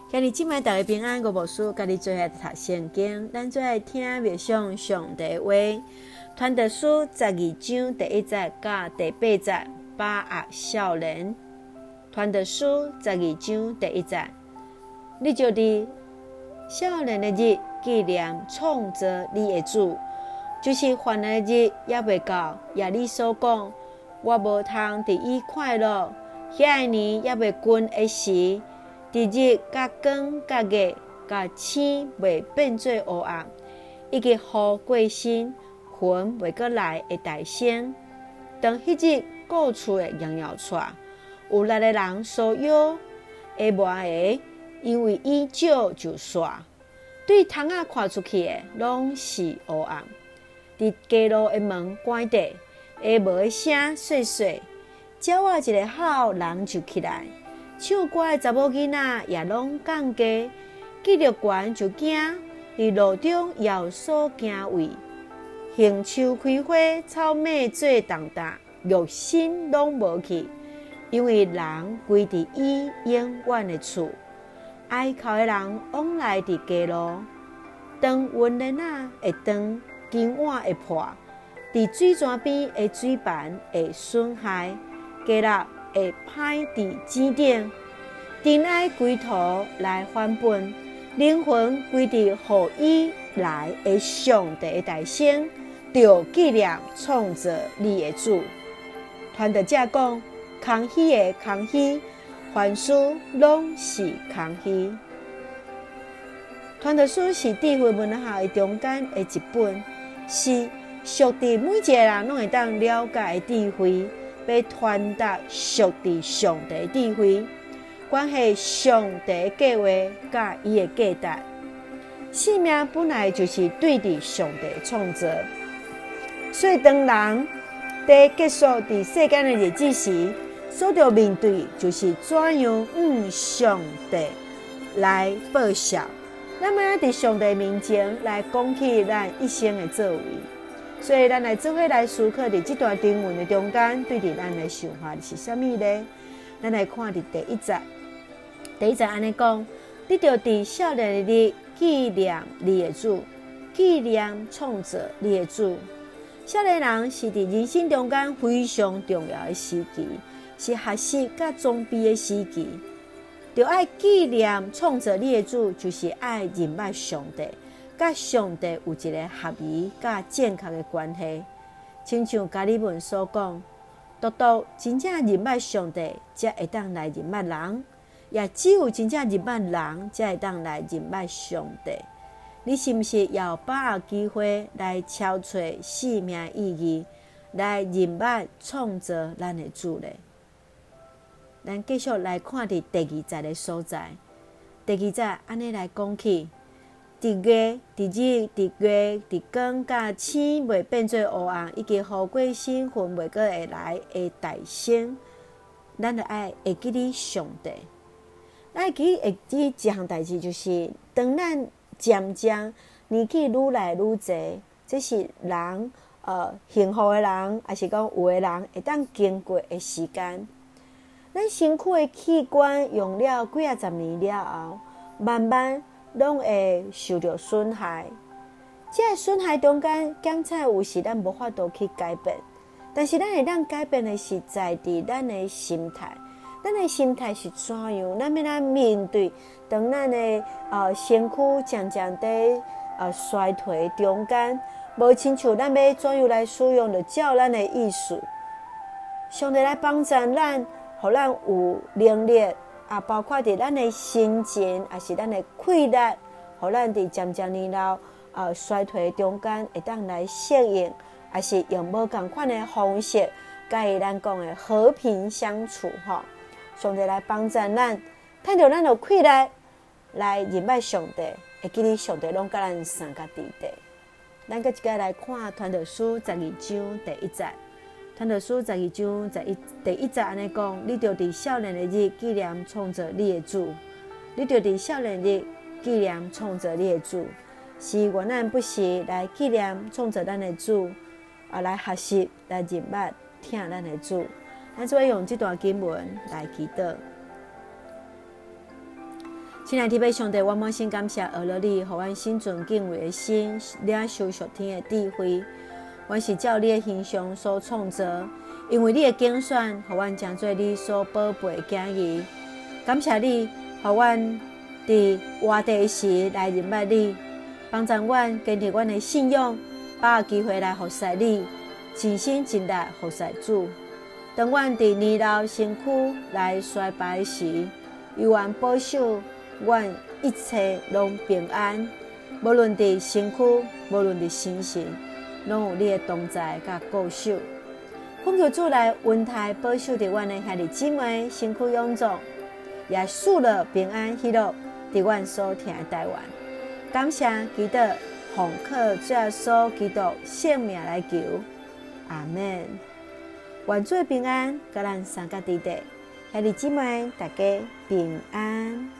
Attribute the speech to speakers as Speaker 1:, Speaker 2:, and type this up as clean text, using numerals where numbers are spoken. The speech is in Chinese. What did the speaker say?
Speaker 1: 今日今摆大家平安，我无事，家己做下读圣经，咱做来听默想上帝话。传道书12章第1节到第8节，把握少年。传道书12章第1节，你就伫少年的日纪念创造你的主，就是患难的日也未到，也你所讲，我无通伫伊快乐，遐年也未近的时。日日甲光甲月甲星未变做黑暗，以及雨过身魂未过来的大声。当迄日故厝的摇摇出，有力的人所摇会磨的，因为伊少就煞。对窗仔看出去的，拢是黑暗。伫街路的门关闭，会无的声细细，鸟仔一个吼，人就起来。唱歌的查某囡仔也拢降价，记着悬就惊，伫路中也有所惊畏。杏树开花，草莓做重担，肉身拢无去，因为人归伫伊永远的厝。哀哭的人往来伫街路，当温人仔会断，金碗会破，伫水泉边的水盘会损害，家乐会歹伫钱顶，真爱归头来返本，灵魂归伫予伊来的上帝的大声，着纪念创造你的主。传道者讲，空虚的空虚，凡事拢是空虚。传道书是智慧文学的中间的一本，是属伫每一个人拢会当了解的智慧。要传达属伫上帝的智慧，关系上帝的计划甲伊的价值。生命本来就是对伫上帝的创造，所以当人在结束伫世间的日子时，所要面对就是怎样上帝来报效。咱要伫上帝面前来讲起咱一生的作为。所以，咱来做伙来思考，伫这段经文的中间，对伫咱的想法是啥物呢？咱来看伫第1节，第1节安尼讲：你着伫少年的日纪念你的主，纪念创造你的主。少年人是伫人生中间非常重要的时期，是学习甲装备的时期。着爱纪念创造你的主，就是爱认捌上帝。甲上帝有一个合宜、甲正确的关系，亲像加利文所讲，独真正认捌上帝，才会当来认捌人；也只有真正认捌人，才会当来认捌上帝。你是毋是要把握机会来敲找生命意义，来认捌创造咱的主呢？咱继续来看第2节的所在。第2节安尼来讲起。伫月、伫日、伫月、伫光甲星未变做黑暗，以及雨过身魂未过会来的大声，咱就爱会记哩上帝。咱会记一项代志，就是当咱渐渐年纪愈来愈侪，这是人幸福的人，还是讲有的人会当经过的时间。咱身躯的器官用了几啊十年了后，慢慢拢会受到损害，这个损害中间，检测有时咱无法度去改变，但是咱会当改变的是在伫咱的心态。咱的心态是怎样？咱要来面对，当咱的身躯渐渐在衰退中间，无亲像咱要怎样来使用，就照咱的意思。上帝来帮助咱，互咱有能力。包括伫咱的心情，也是咱的气力，互咱伫渐渐年老衰退中间，会当来适应，也是用无共款的方式，甲伊咱讲的和平相处吼。上帝来帮助咱，趁着咱有气力来认捌上帝，会记哩上帝拢甲咱相甲伫地。咱搁一个来看传道书12章第1节。传道书12章第1节安尼讲：你着伫少年的日纪念创造你的主，你着伫少年日纪念创造你的主，是原咱不时来纪念创造咱的主，来学习来认捌听咱的主。咱做用这段经文来祈祷。 亲爱的弟兄，我满心感谢俄罗你，互阮心存敬畏的心，领受属天的智慧。阮是照你的形象所创造，因为你的拣选，互阮成做你所宝贝的囝儿。感谢你，互阮伫活地时来认捌你，帮助阮坚持阮的信仰，把握机会来服侍你，尽心尽力服侍主。当阮伫年老身躯来衰败时，由愿保守阮一切拢平安，无论伫身躯，无论伫心神，拢有你的同在甲保守。恳求主来恩待保守伫阮的兄弟姊妹身躯臃肿，也赐了平安喜乐伫阮所听的台湾。感谢基督，奉靠主耶稣基督性命来求，阿们。愿主平安，甲咱三甲弟弟兄弟姊妹大家平安。